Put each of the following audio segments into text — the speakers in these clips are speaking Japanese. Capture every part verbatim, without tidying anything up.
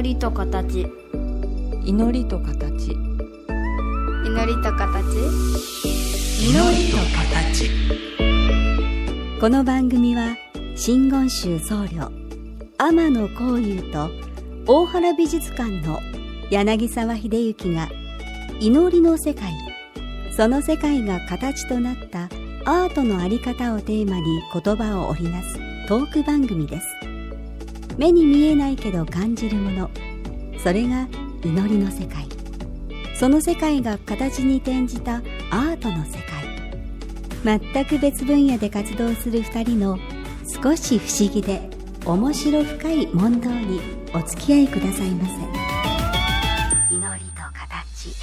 祈りと形、 祈りと形、 祈りと形、 祈りと形。 この番組は真言宗僧侶天野幸雄と大原美術館の柳沢秀行が祈りの世界、その世界が形となったアートのあり方をテーマに言葉を織りなすトーク番組です。目に見えないけど感じるもの、それが祈りの世界。その世界が形に転じたアートの世界。全く別分野で活動する二人の少し不思議で面白深い問答にお付き合いくださいませ。祈りと形。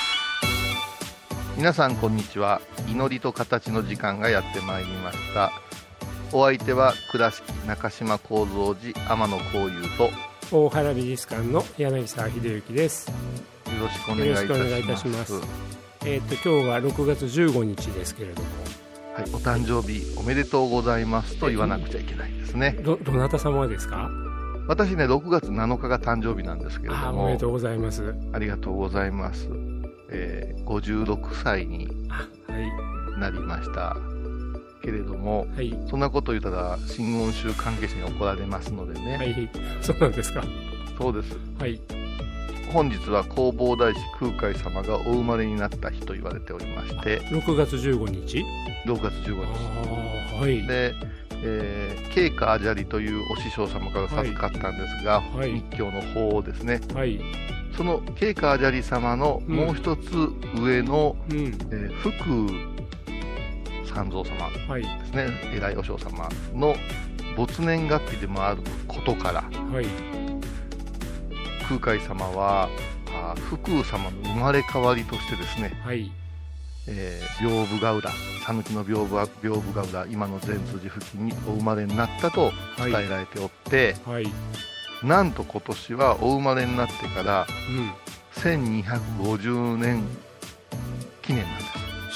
皆さんこんにちは。祈りと形の時間がやってまいりました。お相手は倉敷中島幸三寺天野幸雄と大原美術館の柳沢秀行です。 よろしくお願いいたします。 えー、と今日はろくがつじゅうごにちですけれども、 はい、お誕生日おめでとうございますと言わなくちゃいけないですね。 ど, どなた様ですか？ 私ね、ろくがつなのかが誕生日なんですけれども。 あ、おめでとうございます。 ありがとうございます。えー、ごじゅうろくさいになりましたけれども、はい、そんなこと言ったら真言宗関係者に怒られますのでね。 はい、そうなんですか？そうです。はい。 本日は弘法大師空海様がお生まれになった日と言われておりまして、 ろくがつじゅうごにちろくがつじゅうごにち、 あ、はい、 で、えー、慶華阿闍梨というお師匠様から授かったんですが、はい、密教の法ですね、はい、その慶華阿闍梨様のもう一つ上の、うん、えー、福三蔵様ですね、はい、偉いお嬢様の没年月日でもあることから、はい、空海様は福様の生まれ変わりとしてですね、はい、えー、屏風ヶ浦、讃岐の屏風、屏風ヶ浦、今の善通寺付近にお生まれになったと伝えられておって、はいはい、なんと今年はお生まれになってから、うん、せんにひゃくごじゅうねん記念なんです。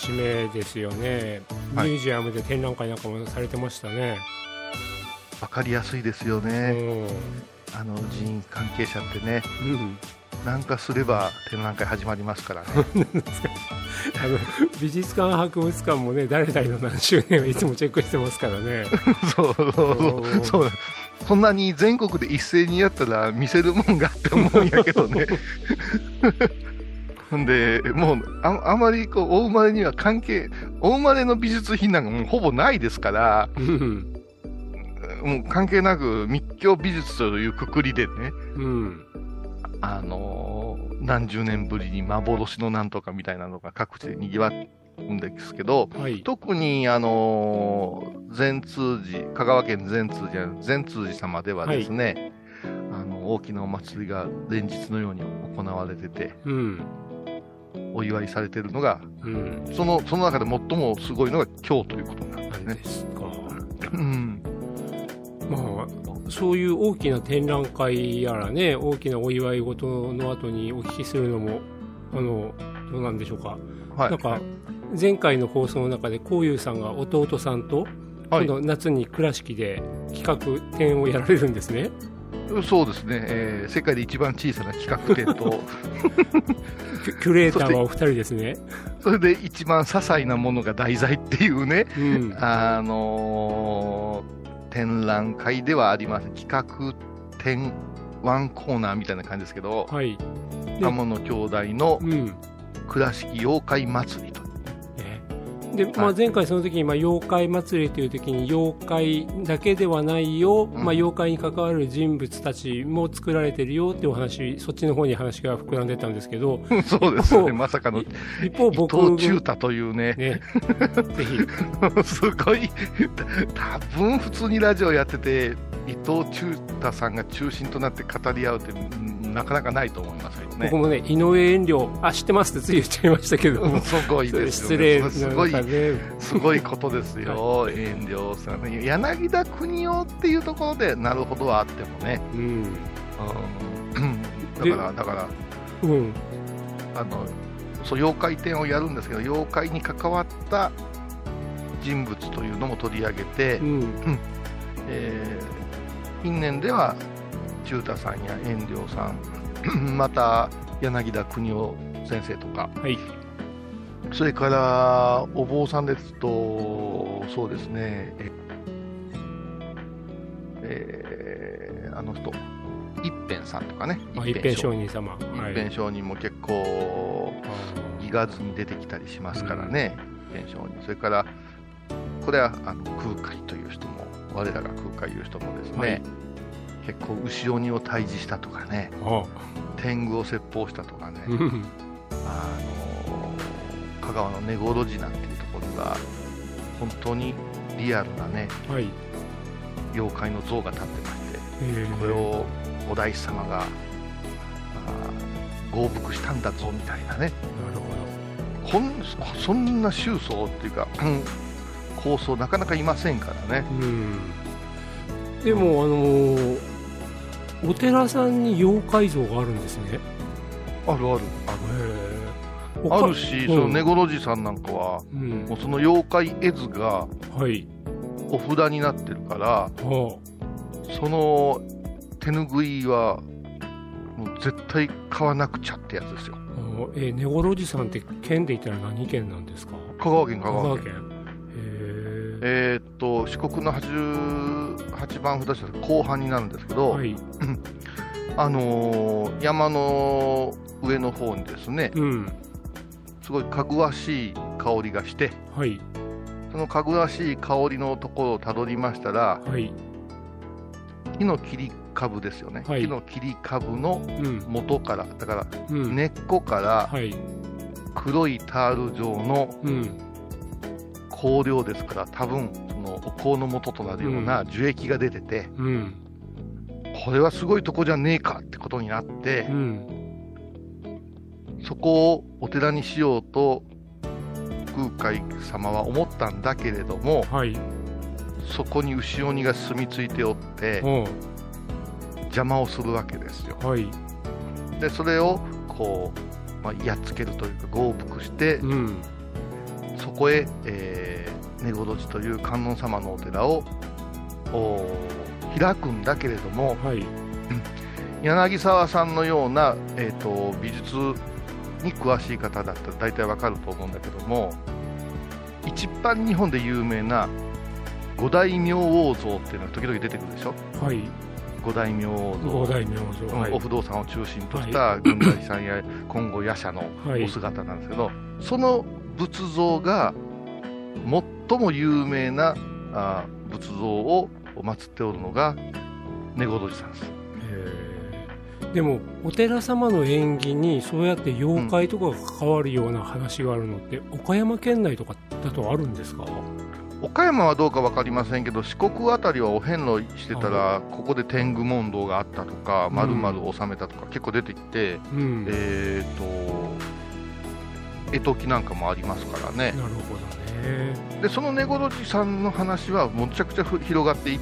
節目ですよね。ミュージアムで展覧会なんかもされてましたね。 わかりやすいですよね。あの寺院関係者ってね、うん、なんかすれば展覧会始まりますからね。 あの美術館博物館もね、誰々の何周年はいつもチェックしてますからね。 そうそうそうそう。そんなに全国で一斉にやったら見せるもんがって思うんやけどね。ほんでもう あ, あまりこうお生まれには関係、お生まれの美術品なんかもうほぼないですから。うん、もう関係なく密教美術というくくりでね、うん、あのー、何十年ぶりに幻のなんとかみたいなのが各地で賑わうんですけど、はい、特にあのー、善通寺、香川県善通寺善通寺様ではですね、はい、あの大きなお祭りが連日のように行われてて、うん、お祝いされているのが、うん、そのその中で最もすごいのが今日ということなんですね。ですか。うん、 まあ、そういう大きな展覧会やらね、大きなお祝い事の後にお聞きするのも、あのどうなんでしょうか。はい、なんか前回の放送の中で幸雄さんが弟さんと、はい、今度夏に倉敷で企画展をやられるんですね。 そうですね、えー、世界で一番小さな企画展とキュレーターはお二人ですね。 それで一番些細なものが題材っていうね、うん、あのー、展覧会ではありません。企画展ワンコーナーみたいな感じですけど、はい、天野兄弟の倉敷妖怪祭りと、 で、まあ、前回その時に、まあ、妖怪祭りという時に妖怪だけではないよ、うん、まあ、妖怪に関わる人物たちも作られてるよっていうお話、そっちの方に話が膨らんでたんですけどそうですね、まさかの一方僕伊藤忠太というね、ねぜひすごい多分普通にラジオやってて伊藤忠太さんが中心となって語り合うってなかなかないと思いますけどね。 僕もね、井上遠慮、あ、知ってますってつい言っちゃいましたけど、うん、 すごいですよね。失礼なすごいすごいことですよ。はい、遠慮さん、ね、柳田国男っていうところでなるほどはあってもね、うん、だからだから、うん、あのそう妖怪展をやるんですけど、妖怪に関わった人物というのも取り上げて、うん、えー、近年では中太さんや遠慮さんまた柳田邦夫先生とか、 はい、 それからお坊さんですとそうですねえ、えー、あの人一辺さんとかね、 一辺上人様、 一辺上人も結構ギガ図に出てきたりしますからね、うん、一辺上人。それからこれはあの空海という人も、我らが空海いう人もですね、はい、結構牛鬼を退治したとかね、天狗を説法したとかねあの香川の根来寺なんていうところには本当にリアルなね、はい、妖怪の像が立ってまして、これをお大師様が豪福したんだぞみたいなね。なるほど。こんそんな宗僧っていうか、うん、構想なかなかいませんからね。うん、 でも、あのー、お寺さんに妖怪像があるんですね。 あるあるある。あるし、うん、その根来寺さんなんかは、うん、もうその妖怪絵図がお札になってるから、はい、その手ぬぐいはもう絶対買わなくちゃってやつですよ。 えー、根来寺さんって県で言ったら何県なんですか？ 香川県。香川県。 へー。 えー、っと四国のはちじゅうはちばん札所後半になるんですけど、はい、あのー、山の上の方にですね、うん、すごいかぐわしい香りがして、はい、そのかぐわしい香りのところをたどりましたら、はい、木の切り株ですよね、はい、木の切り株の元から、うん、だから根っこから黒いタール状の香料ですから、多分そのお香の元となるような樹液が出てて、うん、これはすごいとこじゃねえかってことになって、うん、そこをお寺にしようと空海様は思ったんだけれども、はい、そこに牛鬼が住み着いておって邪魔をするわけですよ、はい、でそれをこう、まあ、やっつけるというか豪福して、うん、そこへ、えー、根来寺という観音様のお寺を開くんだけれども、はい、柳沢さんのような、えーと、美術に詳しい方だったら大体わかると思うんだけども、一般日本で有名な五大明王像っていうのが時々出てくるでしょ。はい。五大明王像。五大明王像。はい、お不動産を中心とした軍大さんや金剛夜叉のお姿なんですけど、はい、その仏像が最も有名なあ仏像を祀っておるのが根来寺さんです。 でもお寺様の縁起にそうやって妖怪とかが関わるような話があるのって、うん、岡山県内とかだとあるんですか？ 岡山はどうか分かりませんけど、四国あたりはお遍路してたらここで天狗問答があったとか、まるまる収めたとか結構出てきて、うん、えっ、ー、と絵解きなんかもありますからね。 なるほどね。 でその根来寺さんの話はむちゃくちゃ広がっていって、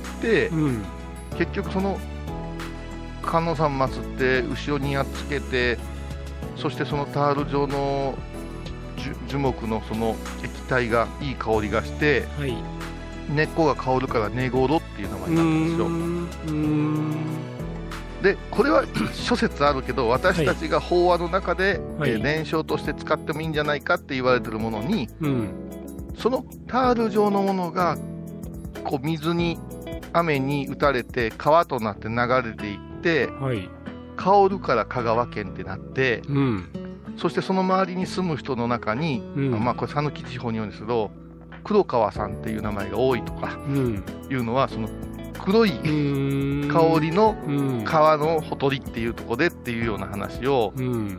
うん、結局その観音さん祀って後ろにやっつけて、そしてそのタール状の樹木のその液体がいい香りがして、はい、根っこが香るから根来っていう名前なんですよ。うーんでこれは諸説あるけど、私たちが法話の中で、はいえー、伝承として使ってもいいんじゃないかって言われてるものに、うん、そのタール状のものがこう水に雨に打たれて川となって流れていって、はい、香るから香川県ってなって、うん、そしてその周りに住む人の中に、うんまあ、これ讃岐地方に言うんですけど、黒川さんっていう名前が多いとか、うん、いうのはその黒い香りの川のほとりっていうところでっていうような話を、うん、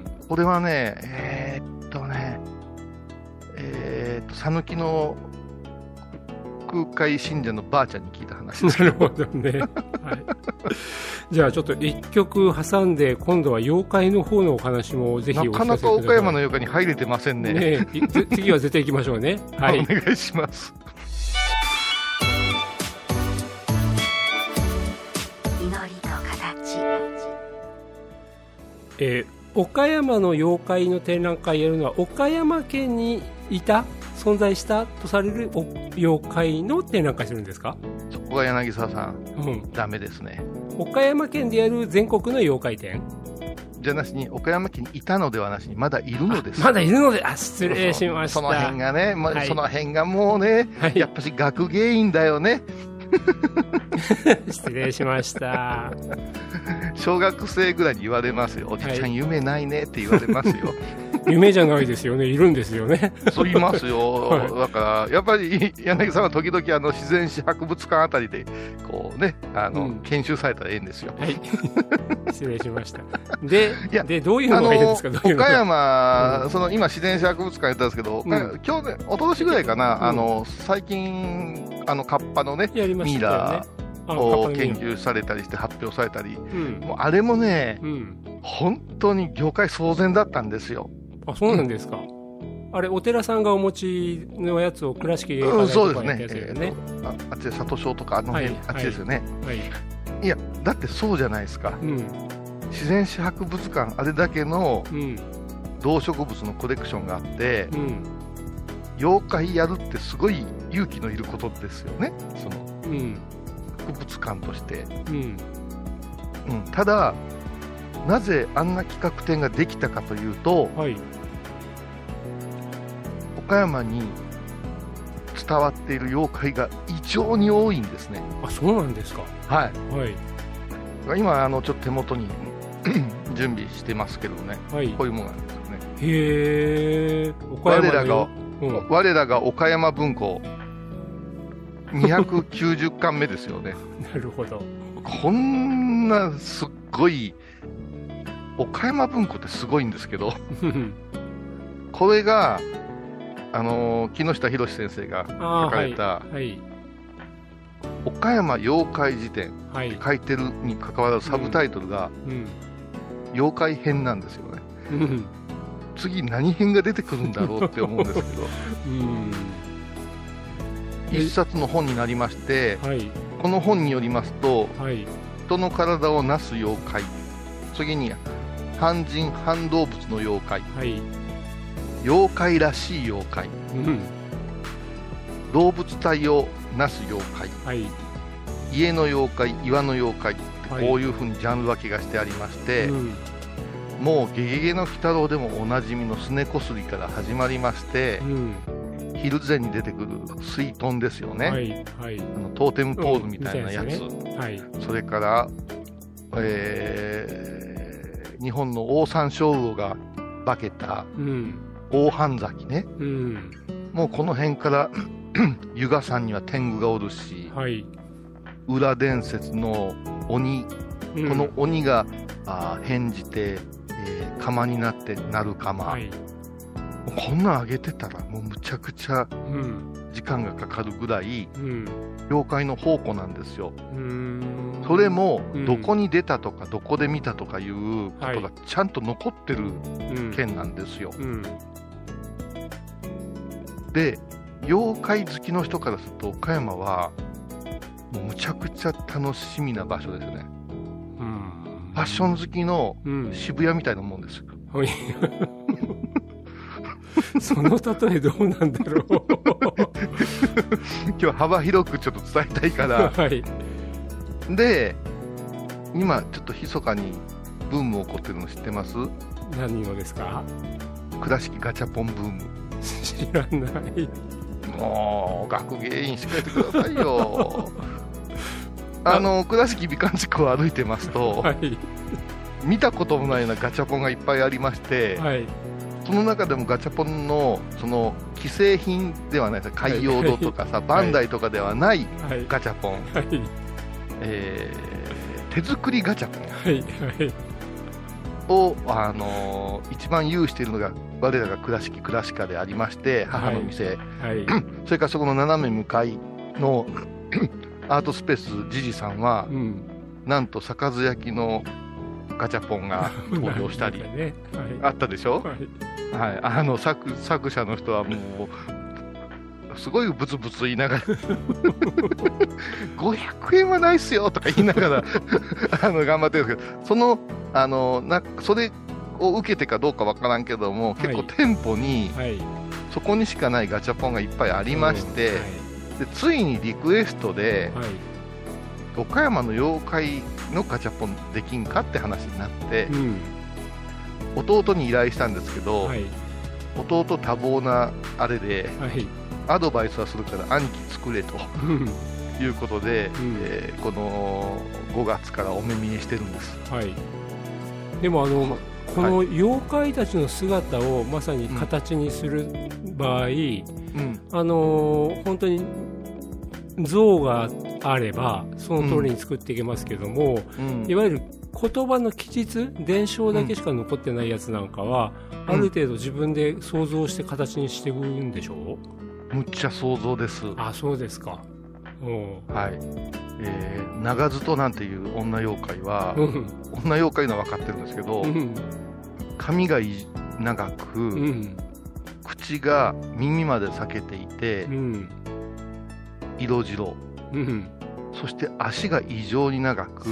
これはねえー、っとねえー、っと讃岐の空海信者のばあちゃんに聞いた話です。 なるほどね、はい、じゃあちょっと一曲挟んで今度は妖怪の方のお話もぜひお聞かせください。 なかなか岡山の妖怪に入れてません ね, ね次は絶対行きましょうね、はい、 お願いします。 祈りと形、 えー、岡山の妖怪の展覧会やるのは岡山県にいた存在したとされる妖怪の展覧会するんですか？ そこが柳沢さん、うん、ダメですね。 岡山県でやる全国の妖怪展じゃなしに、岡山県にいたのではなしに、まだいるのです。 まだいるので、あ、失礼しました。 その辺がね、まあはい、 その辺がもうね、はい、やっぱし学芸員だよね。 失礼しました。 小学生ぐらいに言われますよ。おじちゃん、はい、夢ないねって言われますよ。 夢じゃないですよね、いるんですよね。 そう言いますよ、はい、だからやっぱり柳さんは時々あの自然史博物館あたりでこうねあの、うん、研修されたらええんですよ。 はい、失礼しました。で、いやでどういうのがいるんですか。どういうの岡山、うん、その今自然史博物館やったんですけど、うん、今日ね一昨年ぐらいかな、うん、あの最近あのカッパのねやりましたよね、 ミイラを研究されたりして発表されたり、うん、もうあれもね、うん、本当に業界騒然だったんですよ。 あ、そうなんですか。あれお寺さんがお持ちのやつを倉敷芸能とかやったやつよね。あっちで里庄とかあの辺、はい、あっちですよね、はいはい、いやだってそうじゃないですか、うん、自然史博物館あれだけの動植物のコレクションがあって、うん、妖怪やるってすごい勇気のいることですよね、その、うん、博物館として、うんうん、ただなぜあんな企画展ができたかというと、はい、岡山に伝わっている妖怪が異常に多いんですね。 あ、そうなんですか。 はい、はい、今あのちょっと手元に準備してますけどね、はい、こういうものなんですよね。 へー、岡山我らが、うん、我らが岡山文庫にひゃくきゅうじゅっかんめですよね。 なるほど。 こんなすっごい岡山文庫ってすごいんですけどこれが、あのー、木下博先生が書かれた、はいはい、岡山妖怪辞典って書いてるに関わらずサブタイトルが、うんうん、妖怪編なんですよね、うん、次何編が出てくるんだろうって思うんですけど、うん、一冊の本になりまして、はい、この本によりますと、はい、人の体をなす妖怪、次に半人半動物の妖怪、はい、妖怪らしい妖怪、うん、動物体をなす妖怪、はい、家の妖怪、岩の妖怪、はい、こういうふうにジャンル分けがしてありまして、うん、もうゲゲゲの鬼太郎でもおなじみのすねこすりから始まりまして、うん、ヒルゼンに出てくる水遁ですよね、はいはい、あのトーテムポールみたいなやつ、うんね、はい、それから、えー日本のオオサンショウウオが化けた大半崎ね、うん、もうこの辺から湯河山には天狗がおるし、はい、裏伝説の鬼、うん、この鬼があ変じて、えー、釜になってなる釜、はい、こんなんあげてたらもうむちゃくちゃ時間がかかるぐらい、うん、妖怪の宝庫なんですよ。うーん、それもどこに出たとか、うん、どこで見たとかいうことがちゃんと残ってる県なんですよ、うんうん、で妖怪好きの人からすると岡山はもうむちゃくちゃ楽しみな場所ですよね、うん、ファッション好きの渋谷みたいなもんですよ、うんその例えどうなんだろう今日は幅広くちょっと伝えたいから、はい、で今ちょっと密かにブーム起こってるの知ってます？ 何のですか？ 倉敷ガチャポンブーム。 知らない。 もう学芸員してくださいよあの倉敷美観地区を歩いてますと、はい、見たこともないようなガチャポンがいっぱいありまして、はい、その中でもガチャポンのその既製品ではないです、海洋堂とかさ、はい、バンダイとかではないガチャポン、はいはい、えー、手作りガチャポン、はいはい、を、あのー、一番有しているのが我らが倉敷クラシカでありまして、母の店、はいはい、それからそこの斜め向かいのアートスペースジジさんは、うん、なんと杯焼きのガチャポンが登場したり、ね、はい、あったでしょ、はいはい、あの 作, 作者の人はもうすごいブツブツ言いながらごひゃくえんはないっすよとか言いながらあの頑張ってるんですけど、そのあのなそれを受けてかどうかわからんけども、結構店舗に、はい、そこにしかないガチャポンがいっぱいありまして、うん、はい、でついにリクエストで、はい、 岡山の妖怪のガチャポンできんかって話になって、うん、弟に依頼したんですけど、はい、弟多忙なあれで、はい、アドバイスはするから兄貴作れということで、うんえー、このごがつからお目見えしてるんです、はい、 でもあのこの妖怪たちの姿をまさに形にする場合、うん、あの本当に像があればその通りに作っていけますけども、うんうん、いわゆる言葉の記述伝承だけしか残ってないやつなんかは、うん、ある程度自分で想像して形にしていくんでしょう？むっちゃ想像です。 あ、そうですか。 はい、えー、長里なんていう女妖怪は、うん、女妖怪のは分かってるんですけど、うん、髪が長く、うん、口が耳まで裂けていて、うん、色白、うん、そして足が異常に長く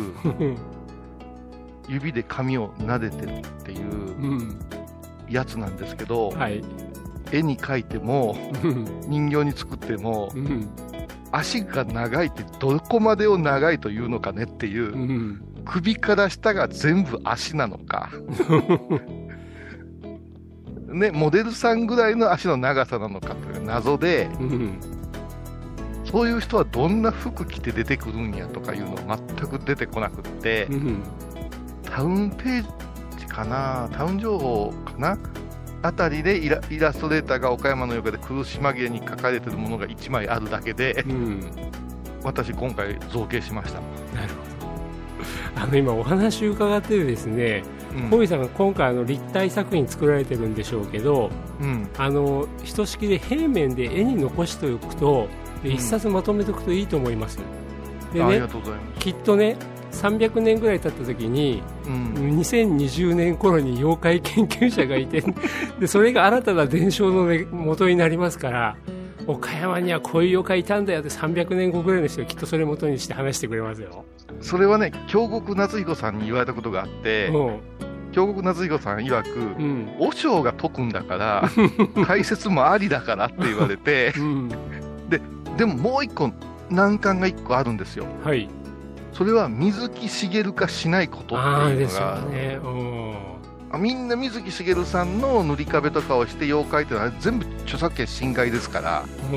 指で髪を撫でてるっていうやつなんですけど、はい、絵に描いても人形に作っても、うん、足が長いってどこまでを長いというのかねっていう、うん、首から下が全部足なのかね、モデルさんぐらいの足の長さなのかっていう謎で、うん、そういう人はどんな服着て出てくるんやとかいうの全く出てこなくって、うん、タウンページかな、タウン情報かなあたりでイ ラ, イラストレーターが岡山の妖怪で苦し紛れに書かれてるものがいちまいあるだけで、うん、私今回造形しました。 なるほど。あの今お話伺っててですね、小見、うん、さんが今回あの立体作品作られてるんでしょうけど、うん、あのひとしきで平面で絵に残しておくとで一冊まとめておくといいと思います。でね、ありがとうございます。きっとねさんびゃくねんぐらい経った時に、うん、にせんにじゅうねん頃に妖怪研究者がいてでそれが新たな伝承の、ね、元になりますから、岡山にはこういう妖怪いたんだよってさんびゃくねんごぐらいの人がきっとそれ元にして話してくれますよ。 それはね京極夏彦さんに言われたことがあって、うん、京極夏彦さん曰く、うん、和尚が解くんだから解説もありだからって言われて、うん、で, でももう一個難関が一個あるんですよ。はい。それは水木しげる化しないことっていうのが、あですよね、うん、みんな水木しげるさんの塗り壁とかをして妖怪っていうのは全部著作権侵害ですから、うん、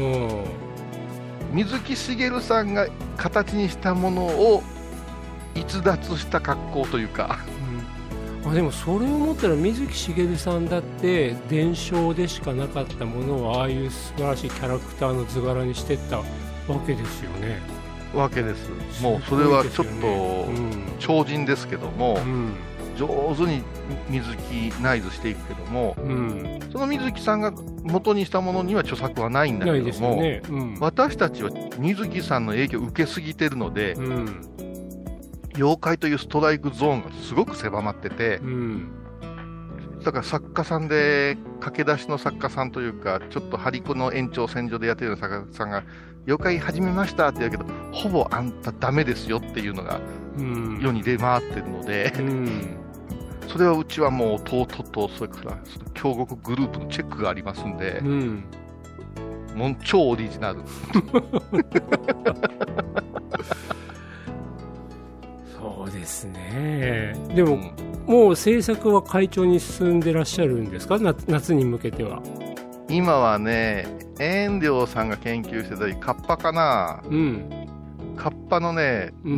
水木しげるさんが形にしたものを逸脱した格好というか、 うん、あでもそれを思ったら水木しげるさんだって伝承でしかなかったものをああいう素晴らしいキャラクターの図柄にしてったわけですよね。 わけです。もうそれはちょっと超人ですけども、うん、上手に水木内図していくけども、うん、その水木さんが元にしたものには著作はないんだけども、ねうん、私たちは水木さんの影響を受けすぎてるので、うん、妖怪というストライクゾーンがすごく狭まってて、うん、だから作家さんで駆け出しの作家さんというかちょっと張り子の延長線上でやってるような作家さんが妖怪始めましたって言うけどほぼあんたダメですよっていうのが世に出回ってるので、うん、それはうちはもう弟とそれからその京極グループのチェックがありますんで、うん、もう超オリジナルそうですね。でも、うん、もう制作は快調に進んでらっしゃるんですか？ 夏, 夏に向けては。 今はね遠慮さんが研究してたりカッパかな、うん、カッパのね、うん、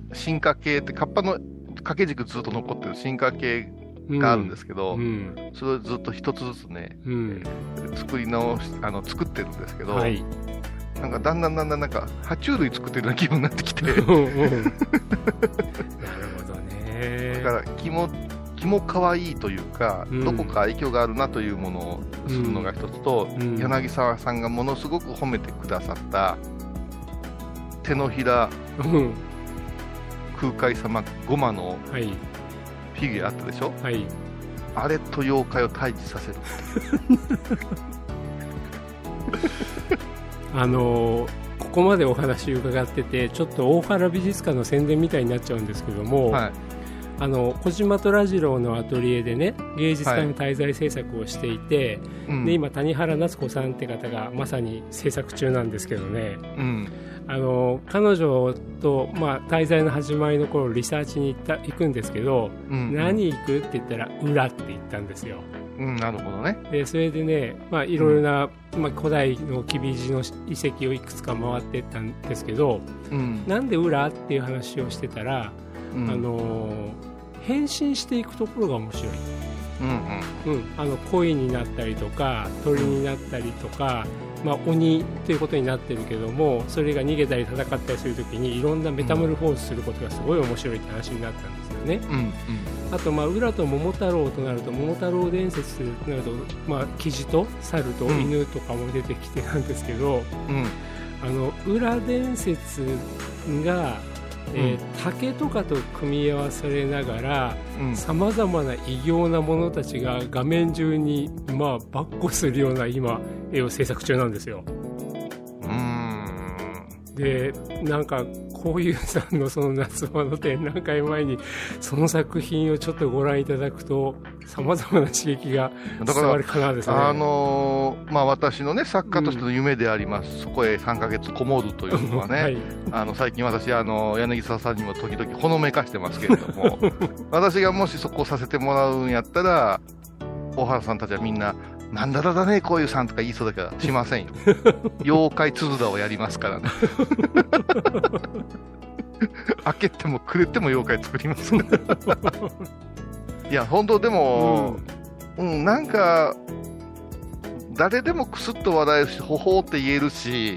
進化系ってカッパの掛け軸ずっと残ってる進化系があるんですけど、うん、それをずっと一つずつね、うん、作り直しあの作ってるんですけど、はい、なんかだんだんだんだんなんか爬虫類作ってるような気分になってきてなるほどね。 だから気も気も可愛いというか、うん、どこか影響があるなというものをするのが一つと、うん、柳沢さんがものすごく褒めてくださった手のひら、うん、空海様ゴマのフィギュアあったでしょ、はい、あれと妖怪を対峙させるあのー、ここまでお話伺っててちょっと大原美術館の宣伝みたいになっちゃうんですけども、はい、 あの小島虎次郎のアトリエでね芸術家の滞在制作をしていて、はい、で今谷原夏子さんって方がまさに制作中なんですけどね、うん、あの彼女と、まあ、滞在の始まりの頃リサーチに行った、行くんですけど、うん、何行くって言ったら裏って言ったんですよ。 うん、なるほどね。 でそれでね、まあ、いろいろな、うんまあ、古代の吉備寺の遺跡をいくつか回っていったんですけど、うん、なんで裏っていう話をしてたら、うん、あの変身していくところが面白い、うんうんうん、あの鯉になったりとか鳥になったりとか、まあ、鬼ということになってるけどもそれが逃げたり戦ったりするときにいろんなメタモルフォーズすることがすごい面白いって話になったんですよね、うんうん、あと、まあ、浦と桃太郎となると桃太郎伝説となると、まあ、キジと猿と犬とかも出てきてなんですけど、うん、あの浦伝説がえー、竹とかと組み合わされながらさまざまな異形なものたちが画面中に、まあ、ばっこするような今絵を制作中なんですよ。うーんでなんかこういうさんのその夏場の展覧会前にその作品をちょっとご覧いただくとさまざまな刺激が伝わるかなですね。 あのーまあ、私の、ね、作家としての夢であります、うん、そこへさんかげつこもるというのはね、はい、あの最近私あの柳沢さんにも時々ほのめかしてますけれども私がもしそこをさせてもらうんやったら大原さんたちはみんななんだらだねこういうさんとか言いそうだからしませんよ妖怪つづらをやりますからね開けてもくれても妖怪作りますいや本当でも、うんうん、なんか誰でもクスッと笑えるしほほーって言えるし、うん、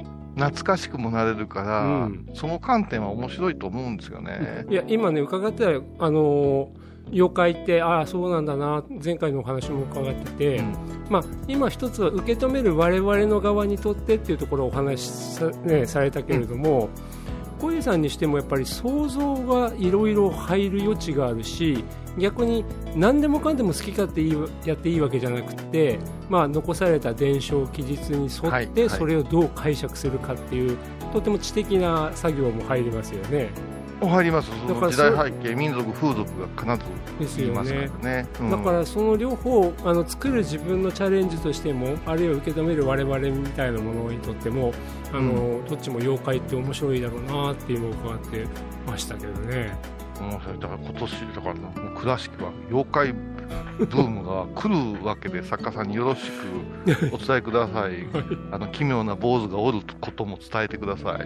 懐かしくもなれるから、うん、その観点は面白いと思うんですよね。 いや今ね伺ってたらあのー妖怪ってああそうなんだな前回のお話も伺ってて、うんまあ、今一つは受け止める我々の側にとってっていうところをお話し さ,、ね、されたけれども、小遊さんにしてもやっぱり想像がいろいろ入る余地があるし逆に何でもかんでも好き勝手やっていいわけじゃなくて、まあ、残された伝承記述に沿ってそれをどう解釈するかっていう、はいはい、とても知的な作業も入りますよね。 入ります。その時代背景民族風俗が必ず言いますからね。 ですよね、うん、だからその両方あの作る自分のチャレンジとしてもあるいは受け止める我々みたいなものにとってもあの、うん、どっちも妖怪って面白いだろうなっていうのを伺ってましたけどね。 面白い。だから今年だからもう倉敷は妖怪ブームが来るわけで作家さんによろしくお伝えください、はい、あの奇妙な坊主がおることも伝えてください、はい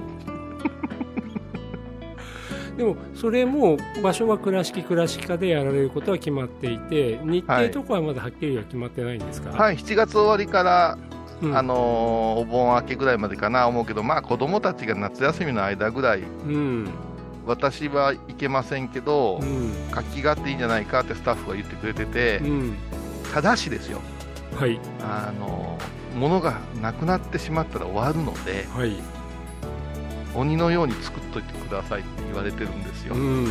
でもそれも場所は倉敷倉敷課でやられることは決まっていて日程とかはまだはっきりは決まってないんですか？ はい、はい、しちがつ終わりから、うんあのー、お盆明けぐらいまでかな思うけど、まあ、子供たちが夏休みの間ぐらい、うん、私は行けませんけど、うん、活気があっていいんじゃないかってスタッフが言ってくれてて、うん、ただしですよ、はい、あのー、物がなくなってしまったら終わるので、はい鬼のように作っといてくださいって言われてるんですよ、うん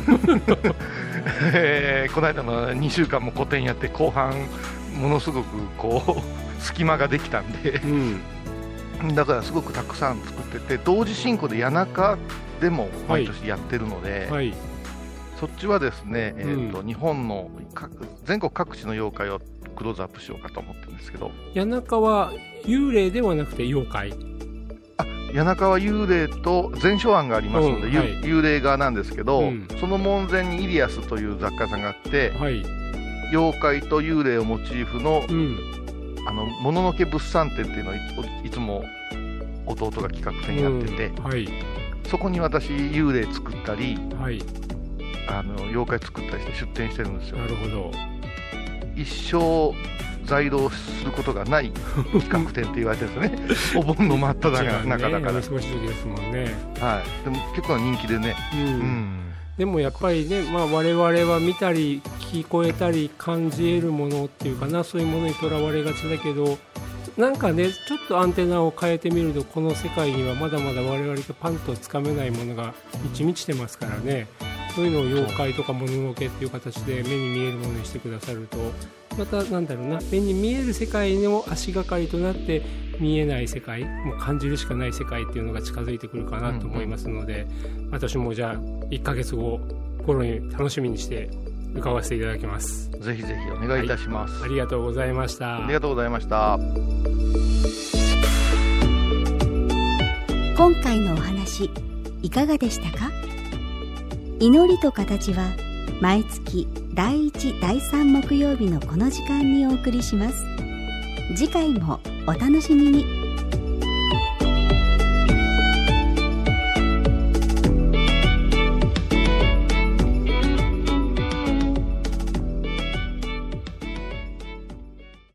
えー、この間のにしゅうかんも個展やって後半ものすごくこう隙間ができたんで、うん、だからすごくたくさん作ってて同時進行で谷中でも毎年やってるので、はいはい、そっちはですね、えーとうん、日本の全国各地の妖怪をクローズアップしようかと思ってるんですけど谷中は幽霊ではなくて妖怪谷中は幽霊と前書案がありますので、うんはい、幽霊側なんですけど、うん、その門前にイリアスという雑貨屋さんがあって、はい、妖怪と幽霊をモチーフの、うん、あのもののけ物産展っていうのを い, いつも弟が企画展やってて、うんはい、そこに私幽霊作ったり、はい、あの妖怪作ったりして出展してるんですよ。 なるほど。 一生在労することがない企画展って言われてるんですよねお盆の真っ只中だから、 ね、少し時ですもんね、 はい、でも結構人気でね、うんうん、 でもやっぱりね、まあ、我々は見たり聞こえたり感じ得るものっていうかなそういうものにとらわれがちだけどなんかねちょっとアンテナを変えてみるとこの世界にはまだまだ我々がパンとつかめないものが満ち満ちてますからねそういうのを妖怪とかもののけっていう形で目に見えるものにしてくださるとまたなんだろうな目に見える世界の足がかりとなって見えない世界もう感じるしかない世界っていうのが近づいてくるかなと思いますので、うんうん、私もじゃあいっかげつご心に楽しみにして伺わせていただきます。 ぜひぜひお願いいたします、 はい、ありがとうございました。 ありがとうございました。 今回のお話いかがでしたか？祈りと形は毎月だいいち、だいさん木曜日のこの時間にお送りします。次回もお楽しみに。